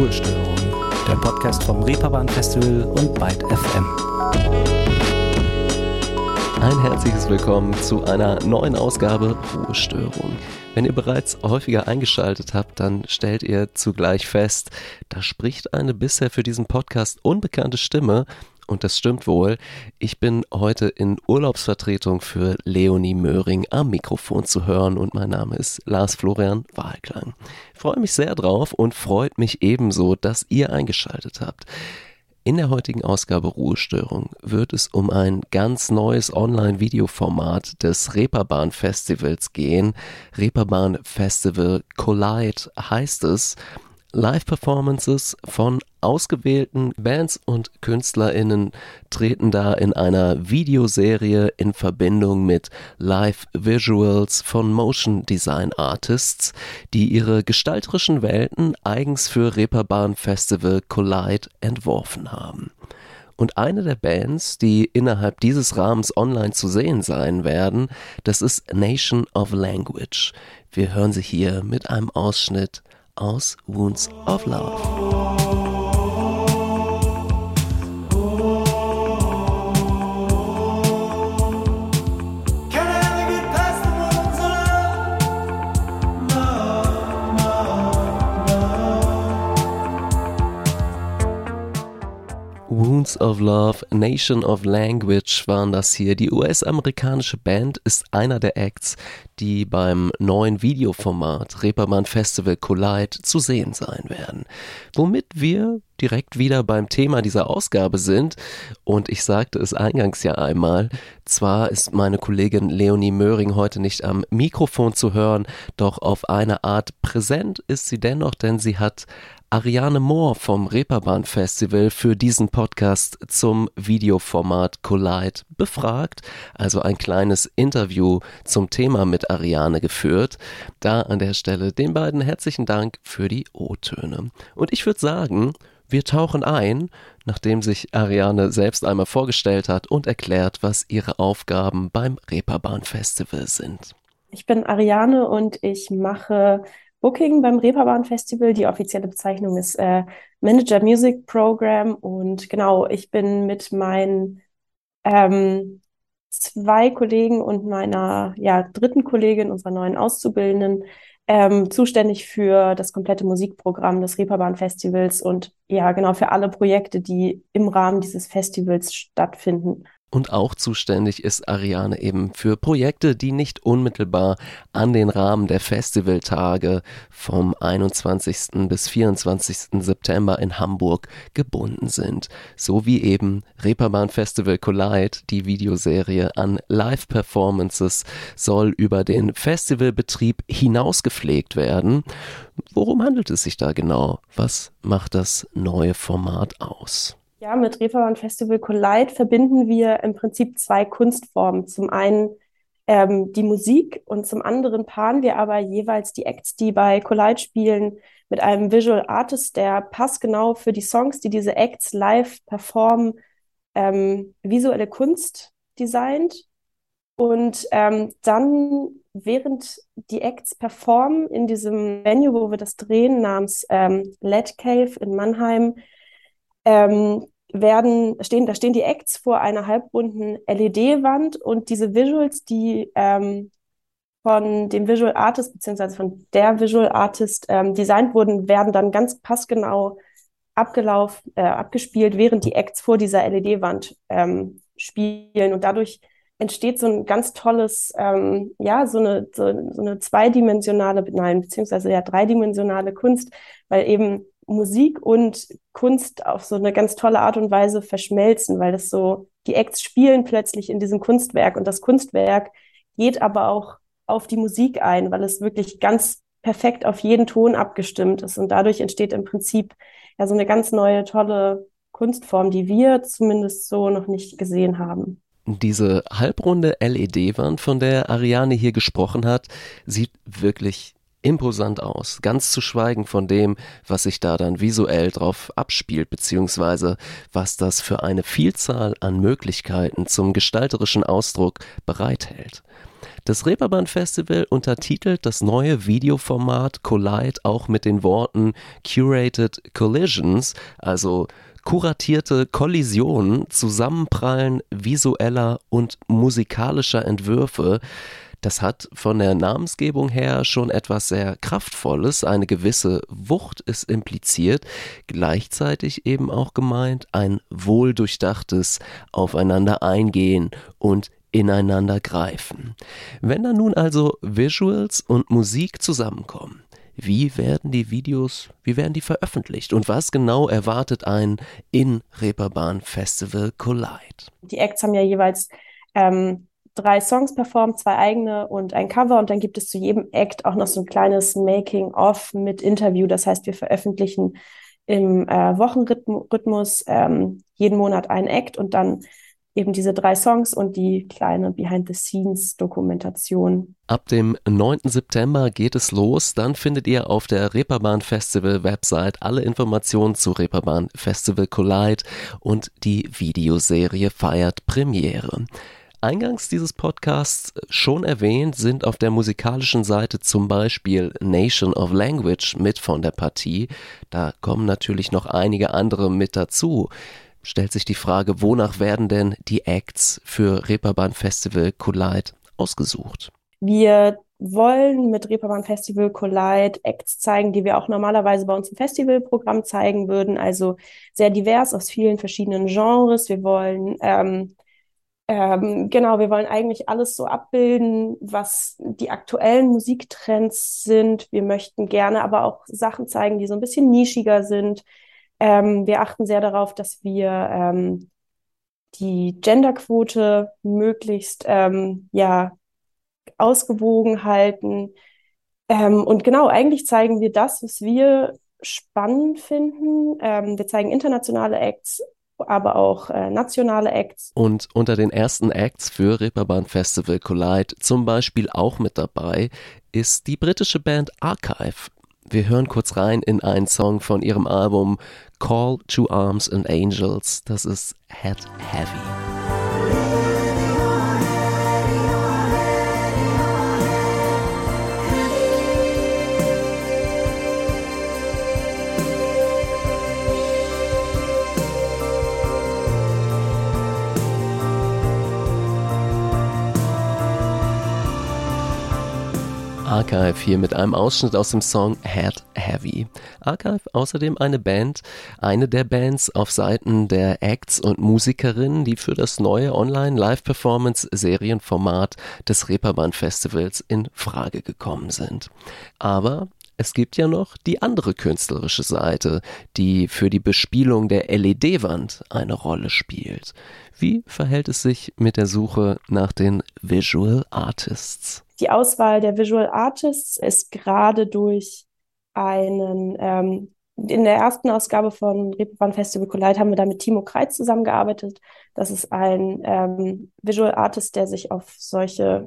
Ruhestörung, der Podcast vom Reeperbahn Festival und Byte FM. Ein herzliches Willkommen zu einer neuen Ausgabe Ruhestörung. Wenn ihr bereits häufiger eingeschaltet habt, dann stellt ihr zugleich fest, da spricht eine bisher für diesen Podcast unbekannte Stimme. Und das stimmt wohl. Ich bin heute in Urlaubsvertretung für Leonie Möhring am Mikrofon zu hören und mein Name ist Lars Florian Wahlklang. Ich freue mich sehr drauf und freut mich ebenso, dass ihr eingeschaltet habt. In der heutigen Ausgabe Ruhestörung wird es um ein ganz neues Online-Videoformat des Reeperbahn Festivals gehen. Reeperbahn Festival Collide heißt es. Live-Performances von ausgewählten Bands und KünstlerInnen treten da in einer Videoserie in Verbindung mit Live-Visuals von Motion Design Artists, die ihre gestalterischen Welten eigens für Reeperbahn Festival Collide entworfen haben. Und eine der Bands, die innerhalb dieses Rahmens online zu sehen sein werden, das ist Nation of Language. Wir hören sie hier mit einem Ausschnitt aus Wounds of Love. Wounds of Love, Nation of Language waren das hier. Die US-amerikanische Band ist einer der Acts, die beim neuen Videoformat Reeperbahn Festival Collide zu sehen sein werden. Womit wir direkt wieder beim Thema dieser Ausgabe sind. Und ich sagte es eingangs ja einmal, zwar ist meine Kollegin Leonie Möhring heute nicht am Mikrofon zu hören, doch auf eine Art präsent ist sie dennoch, denn sie hat Ariane Mohr vom Reeperbahn Festival für diesen Podcast zum Videoformat Collide befragt, also ein kleines Interview zum Thema mit Ariane geführt. Da an der Stelle den beiden herzlichen Dank für die O-Töne. Und ich würde sagen, wir tauchen ein, nachdem sich Ariane selbst einmal vorgestellt hat und erklärt, was ihre Aufgaben beim Reeperbahn Festival sind. Ich bin Ariane und ich mache Booking beim Reeperbahn Festival. Die offizielle Bezeichnung ist Manager Music Program. Und genau, ich bin mit meinen zwei Kollegen und meiner dritten Kollegin, unserer neuen Auszubildenden, zuständig für das komplette Musikprogramm des Reeperbahn Festivals und genau für alle Projekte, die im Rahmen dieses Festivals stattfinden. Und auch zuständig ist Ariane eben für Projekte, die nicht unmittelbar an den Rahmen der Festivaltage vom 21. bis 24. September in Hamburg gebunden sind. So wie eben Reeperbahn Festival Collide, die Videoserie an Live-Performances, soll über den Festivalbetrieb hinaus gepflegt werden. Worum handelt es sich da genau? Was macht das neue Format aus? Ja, mit Reeperbahn Festival Collide verbinden wir im Prinzip zwei Kunstformen. Zum einen die Musik und zum anderen paaren wir aber jeweils die Acts, die bei Collide spielen, mit einem Visual Artist, der passgenau für die Songs, die diese Acts live performen, visuelle Kunst designt. Und dann, während die Acts performen in diesem Venue, wo wir das drehen, namens Lead Cave in Mannheim, da stehen die Acts vor einer halbrunden LED-Wand und diese Visuals, die von dem Visual Artist bzw. von der Visual Artist designt wurden, werden dann ganz passgenau abgespielt, während die Acts vor dieser LED-Wand spielen. Und dadurch entsteht so ein ganz tolles, so eine zweidimensionale, beziehungsweise dreidimensionale Kunst, weil eben Musik und Kunst auf so eine ganz tolle Art und Weise verschmelzen, weil das so, die Acts spielen plötzlich in diesem Kunstwerk und das Kunstwerk geht aber auch auf die Musik ein, weil es wirklich ganz perfekt auf jeden Ton abgestimmt ist und dadurch entsteht im Prinzip so eine ganz neue, tolle Kunstform, die wir zumindest so noch nicht gesehen haben. Diese halbrunde LED-Wand, von der Ariane hier gesprochen hat, sieht wirklich imposant aus, ganz zu schweigen von dem, was sich da dann visuell drauf abspielt, beziehungsweise was das für eine Vielzahl an Möglichkeiten zum gestalterischen Ausdruck bereithält. Das Reeperbahn-Festival untertitelt das neue Videoformat Collide auch mit den Worten Curated Collisions, also kuratierte Kollisionen, Zusammenprallen visueller und musikalischer Entwürfe. Das hat von der Namensgebung her schon etwas sehr Kraftvolles, eine gewisse Wucht ist impliziert, gleichzeitig eben auch gemeint ein wohldurchdachtes Aufeinander eingehen und ineinander greifen. Wenn dann nun also Visuals und Musik zusammenkommen, wie werden die veröffentlicht und was genau erwartet einen in Reeperbahn Festival Collide? Die Acts haben ja jeweils 3 Songs performt, 2 eigene und ein Cover, und dann gibt es zu jedem Act auch noch so ein kleines Making-of mit Interview. Das heißt, wir veröffentlichen im Wochenrhythmus jeden Monat einen Act und dann eben diese 3 Songs und die kleine Behind-the-Scenes-Dokumentation. Ab dem 9. September geht es los. Dann findet ihr auf der Reeperbahn Festival Website alle Informationen zu Reeperbahn Festival Collide und die Videoserie feiert Premiere. Eingangs dieses Podcasts schon erwähnt sind auf der musikalischen Seite zum Beispiel Nation of Language mit von der Partie. Da kommen natürlich noch einige andere mit dazu. Stellt sich die Frage, wonach werden denn die Acts für Reeperbahn Festival Collide ausgesucht? Wir wollen mit Reeperbahn Festival Collide Acts zeigen, die wir auch normalerweise bei uns im Festivalprogramm zeigen würden. Also sehr divers aus vielen verschiedenen Genres. Wir wollen wir wollen eigentlich alles so abbilden, was die aktuellen Musiktrends sind. Wir möchten gerne aber auch Sachen zeigen, die so ein bisschen nischiger sind. Wir achten sehr darauf, dass wir die Genderquote möglichst ausgewogen halten. Und genau, eigentlich zeigen wir das, was wir spannend finden. Wir zeigen internationale Acts, aber auch nationale Acts. Und unter den ersten Acts für Reeperbahn Festival Collide zum Beispiel auch mit dabei ist die britische Band Archive. Wir hören kurz rein in einen Song von ihrem Album Call to Arms and Angels. Das ist Head Heavy. Archive hier mit einem Ausschnitt aus dem Song Head Heavy. Archive außerdem eine der Bands auf Seiten der Acts und Musikerinnen, die für das neue Online-Live-Performance-Serienformat des Reeperbahn Festivals in Frage gekommen sind. Aber es gibt ja noch die andere künstlerische Seite, die für die Bespielung der LED-Wand eine Rolle spielt. Wie verhält es sich mit der Suche nach den Visual Artists? Die Auswahl der Visual Artists ist gerade durch in der ersten Ausgabe von Reeperbahn Festival Collide haben wir da mit Timo Kreitz zusammengearbeitet. Das ist ein Visual Artist, der sich auf so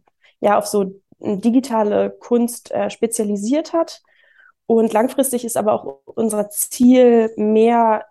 digitale Kunst spezialisiert hat. Und langfristig ist aber auch unser Ziel, mehr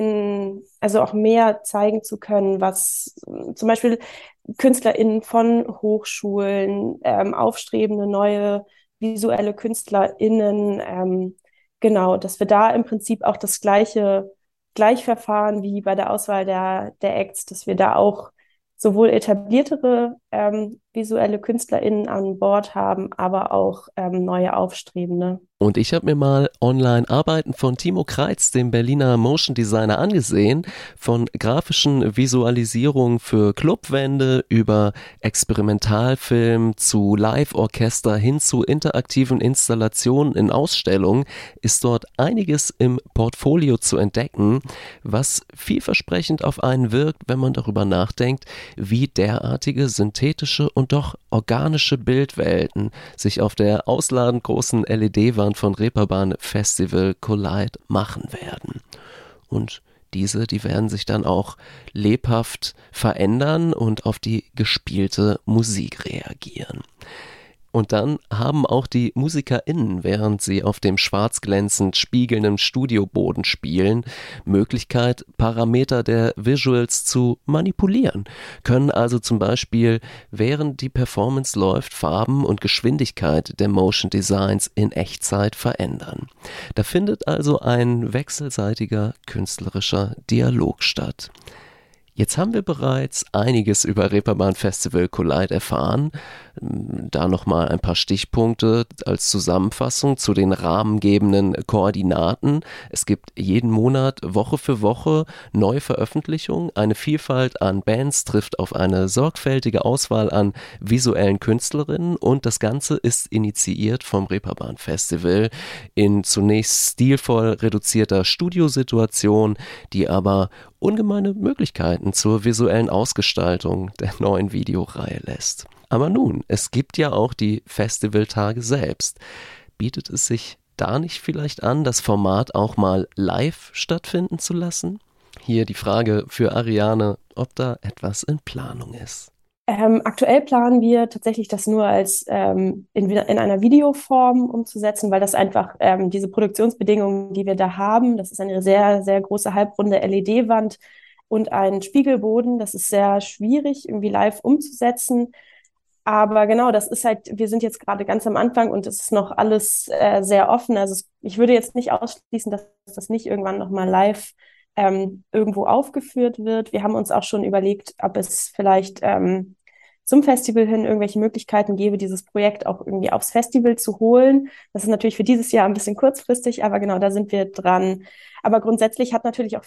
zeigen zu können, was zum Beispiel KünstlerInnen von Hochschulen, aufstrebende neue visuelle KünstlerInnen, dass wir da im Prinzip auch das Gleichverfahren wie bei der Auswahl der Acts, dass wir da auch sowohl etabliertere visuelle KünstlerInnen an Bord haben, aber auch neue Aufstrebende. Und ich habe mir mal Online-Arbeiten von Timo Kreitz, dem Berliner Motion Designer, angesehen, von grafischen Visualisierungen für Clubwände über Experimentalfilm zu Live-Orchester hin zu interaktiven Installationen in Ausstellungen ist dort einiges im Portfolio zu entdecken, was vielversprechend auf einen wirkt, wenn man darüber nachdenkt, wie derartige synthetische und doch organische Bildwelten sich auf der ausladend großen LED-Wand von Reeperbahn Festival Collide machen werden. Und die werden sich dann auch lebhaft verändern und auf die gespielte Musik reagieren. Und dann haben auch die MusikerInnen, während sie auf dem schwarz glänzend spiegelnden Studioboden spielen, Möglichkeit, Parameter der Visuals zu manipulieren, können also zum Beispiel, während die Performance läuft, Farben und Geschwindigkeit der Motion Designs in Echtzeit verändern. Da findet also ein wechselseitiger künstlerischer Dialog statt. Jetzt haben wir bereits einiges über Reeperbahn Festival Collide erfahren. Da nochmal ein paar Stichpunkte als Zusammenfassung zu den rahmengebenden Koordinaten. Es gibt jeden Monat Woche für Woche neue Veröffentlichungen. Eine Vielfalt an Bands trifft auf eine sorgfältige Auswahl an visuellen Künstlerinnen und das Ganze ist initiiert vom Reeperbahn Festival in zunächst stilvoll reduzierter Studiosituation, die aber ungemeine Möglichkeiten zur visuellen Ausgestaltung der neuen Videoreihe lässt. Aber nun, es gibt ja auch die Festivaltage selbst. Bietet es sich da nicht vielleicht an, das Format auch mal live stattfinden zu lassen? Hier die Frage für Ariane, ob da etwas in Planung ist. Aktuell planen wir tatsächlich das nur als in einer Videoform umzusetzen, weil das einfach diese Produktionsbedingungen, die wir da haben, das ist eine sehr, sehr große halbrunde LED-Wand und ein Spiegelboden, das ist sehr schwierig irgendwie live umzusetzen. Aber genau, das ist halt, wir sind jetzt gerade ganz am Anfang und es ist noch alles sehr offen. Also ich würde jetzt nicht ausschließen, dass das nicht irgendwann nochmal live irgendwo aufgeführt wird. Wir haben uns auch schon überlegt, ob es vielleicht zum Festival hin irgendwelche Möglichkeiten gäbe, dieses Projekt auch irgendwie aufs Festival zu holen. Das ist natürlich für dieses Jahr ein bisschen kurzfristig, aber genau, da sind wir dran. Aber grundsätzlich hat natürlich auch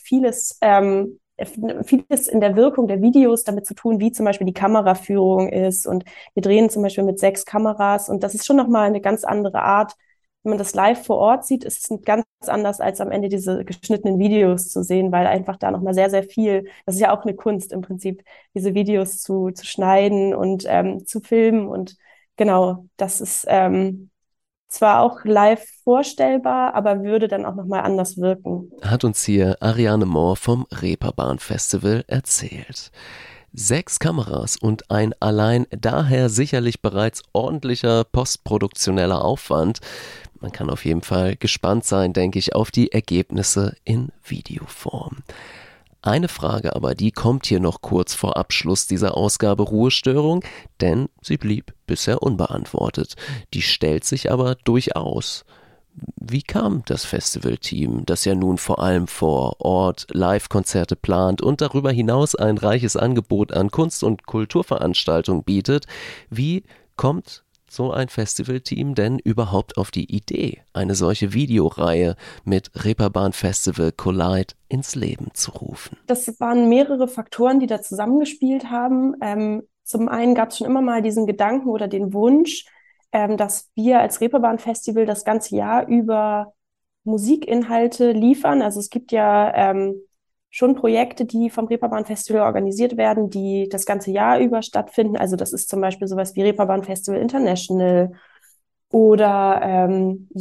vieles in der Wirkung der Videos damit zu tun, wie zum Beispiel die Kameraführung ist. Und wir drehen zum Beispiel mit 6 Kameras und das ist schon nochmal eine ganz andere Art. Wenn man das live vor Ort sieht, ist es ganz anders, als am Ende diese geschnittenen Videos zu sehen, weil einfach da nochmal sehr, sehr viel, das ist ja auch eine Kunst im Prinzip, diese Videos zu schneiden und zu filmen. Und genau, das ist zwar auch live vorstellbar, aber würde dann auch nochmal anders wirken. Hat uns hier Ariane Mohr vom Reeperbahn Festival erzählt. 6 Kameras und ein allein daher sicherlich bereits ordentlicher postproduktioneller Aufwand. Man kann auf jeden Fall gespannt sein, denke ich, auf die Ergebnisse in Videoform. Eine Frage aber, die kommt hier noch kurz vor Abschluss dieser Ausgabe Ruhestörung, denn sie blieb bisher unbeantwortet. Die stellt sich aber durchaus. Wie kam das Festivalteam, das ja nun vor allem vor Ort Live-Konzerte plant und darüber hinaus ein reiches Angebot an Kunst- und Kulturveranstaltungen bietet, wie kommt so ein Festivalteam denn überhaupt auf die Idee, eine solche Videoreihe mit Reeperbahn Festival Collide ins Leben zu rufen? Das waren mehrere Faktoren, die da zusammengespielt haben. Zum einen gab es schon immer mal diesen Gedanken oder den Wunsch, dass wir als Reeperbahn Festival das ganze Jahr über Musikinhalte liefern. Also es gibt ja schon Projekte, die vom Reeperbahn Festival organisiert werden, die das ganze Jahr über stattfinden. Also das ist zum Beispiel sowas wie Reeperbahn Festival International oder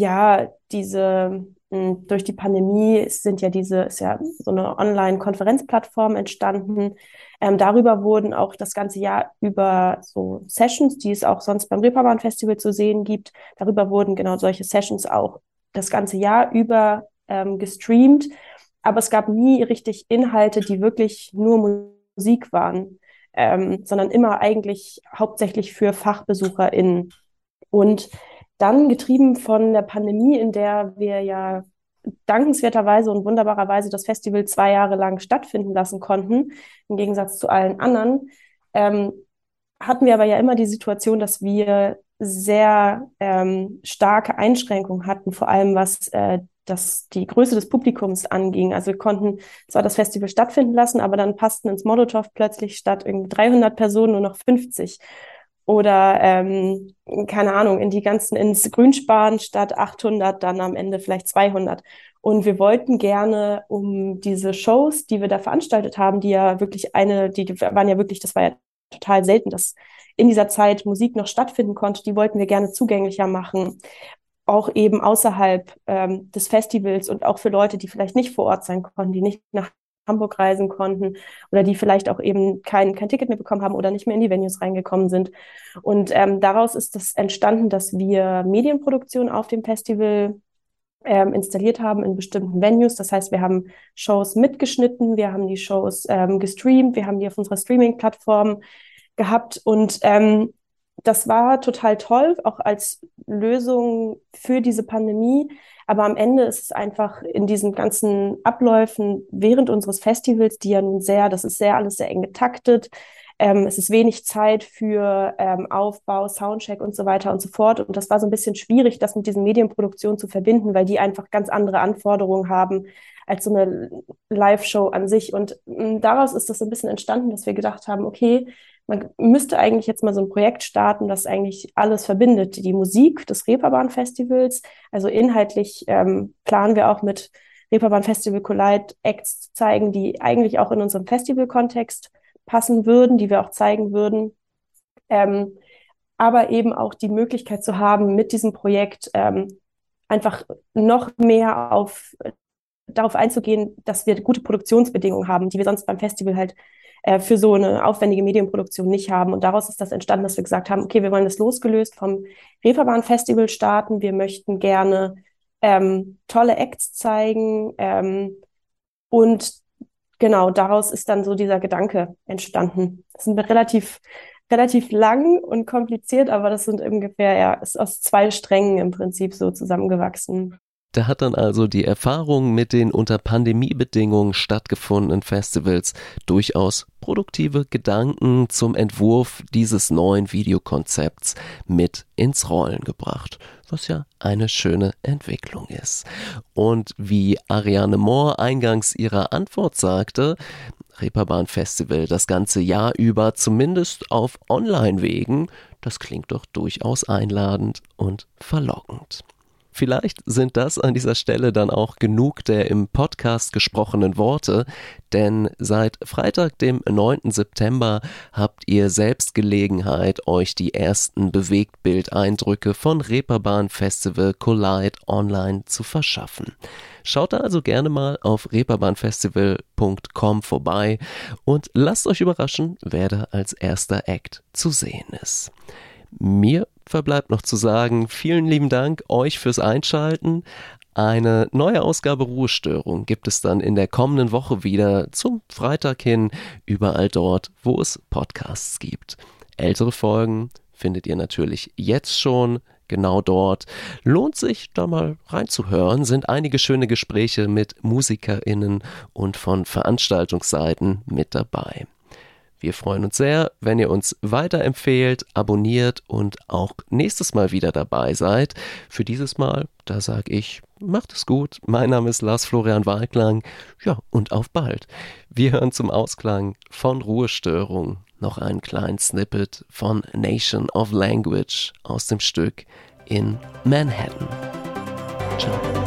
durch die Pandemie ist ja so eine Online-Konferenzplattform entstanden. Darüber wurden auch das ganze Jahr über so Sessions, die es auch sonst beim Reeperbahn Festival zu sehen gibt, darüber wurden genau solche Sessions auch das ganze Jahr über gestreamt. Aber es gab nie richtig Inhalte, die wirklich nur Musik waren, sondern immer eigentlich hauptsächlich für FachbesucherInnen. Und dann getrieben von der Pandemie, in der wir ja dankenswerterweise und wunderbarerweise das Festival 2 Jahre lang stattfinden lassen konnten, im Gegensatz zu allen anderen, hatten wir aber ja immer die Situation, dass wir sehr starke Einschränkungen hatten, vor allem was die Größe des Publikums anging. Also wir konnten zwar das Festival stattfinden lassen, aber dann passten ins Molotow plötzlich statt irgendwie 300 Personen nur noch 50. Oder, keine Ahnung, ins Grünspan statt 800 dann am Ende vielleicht 200. Und wir wollten gerne um diese Shows, die wir da veranstaltet haben, die ja wirklich das war ja total selten, dass in dieser Zeit Musik noch stattfinden konnte, die wollten wir gerne zugänglicher machen. Auch eben außerhalb des Festivals und auch für Leute, die vielleicht nicht vor Ort sein konnten, die nicht nach Hamburg reisen konnten oder die vielleicht auch eben kein Ticket mehr bekommen haben oder nicht mehr in die Venues reingekommen sind. Und daraus ist es entstanden, dass wir Medienproduktion auf dem Festival installiert haben in bestimmten Venues. Das heißt, wir haben Shows mitgeschnitten, wir haben die Shows gestreamt, wir haben die auf unserer Streaming-Plattform gehabt und das war total toll, auch als Lösung für diese Pandemie. Aber am Ende ist es einfach in diesen ganzen Abläufen während unseres Festivals, die ja nun das ist alles sehr eng getaktet. Es ist wenig Zeit für Aufbau, Soundcheck und so weiter und so fort. Und das war so ein bisschen schwierig, das mit diesen Medienproduktionen zu verbinden, weil die einfach ganz andere Anforderungen haben als so eine Live-Show an sich. Und daraus ist das so ein bisschen entstanden, dass wir gedacht haben, okay, man müsste eigentlich jetzt mal so ein Projekt starten, das eigentlich alles verbindet. Die Musik des Reeperbahn-Festivals, also inhaltlich planen wir auch mit Reeperbahn Festival Collide Acts zu zeigen, die eigentlich auch in unserem Festival-Kontext passen würden, die wir auch zeigen würden. Aber eben auch die Möglichkeit zu haben, mit diesem Projekt einfach noch mehr darauf einzugehen, dass wir gute Produktionsbedingungen haben, die wir sonst beim Festival halt für so eine aufwendige Medienproduktion nicht haben. Und daraus ist das entstanden, dass wir gesagt haben, okay, wir wollen das losgelöst vom Reeperbahn Festival starten. Wir möchten gerne tolle Acts zeigen und genau, daraus ist dann so dieser Gedanke entstanden. Das sind relativ lang und kompliziert, aber das sind ungefähr, ist aus 2 Strängen im Prinzip so zusammengewachsen. Da hat dann also die Erfahrung mit den unter Pandemiebedingungen stattgefundenen Festivals durchaus produktive Gedanken zum Entwurf dieses neuen Videokonzepts mit ins Rollen gebracht, was ja eine schöne Entwicklung ist. Und wie Ariane Mohr eingangs ihrer Antwort sagte, Reeperbahn Festival das ganze Jahr über, zumindest auf Online-Wegen, das klingt doch durchaus einladend und verlockend. Vielleicht sind das an dieser Stelle dann auch genug der im Podcast gesprochenen Worte, denn seit Freitag, dem 9. September, habt ihr selbst Gelegenheit, euch die ersten Bewegtbildeindrücke von Reeperbahn Festival Collide online zu verschaffen. Schaut da also gerne mal auf reeperbahnfestival.com vorbei und lasst euch überraschen, wer da als erster Act zu sehen ist. Mir verbleibt noch zu sagen, vielen lieben Dank euch fürs Einschalten. Eine neue Ausgabe Ruhestörung gibt es dann in der kommenden Woche wieder zum Freitag hin, überall dort, wo es Podcasts gibt. Ältere Folgen findet ihr natürlich jetzt schon genau dort. Lohnt sich, da mal reinzuhören, sind einige schöne Gespräche mit MusikerInnen und von Veranstaltungsseiten mit dabei. Wir freuen uns sehr, wenn ihr uns weiterempfehlt, abonniert und auch nächstes Mal wieder dabei seid. Für dieses Mal, da sage ich, macht es gut. Mein Name ist Lars Florian Walklang. Ja, und auf bald. Wir hören zum Ausklang von Ruhestörung noch einen kleinen Snippet von Nation of Language aus dem Stück in Manhattan. Ciao.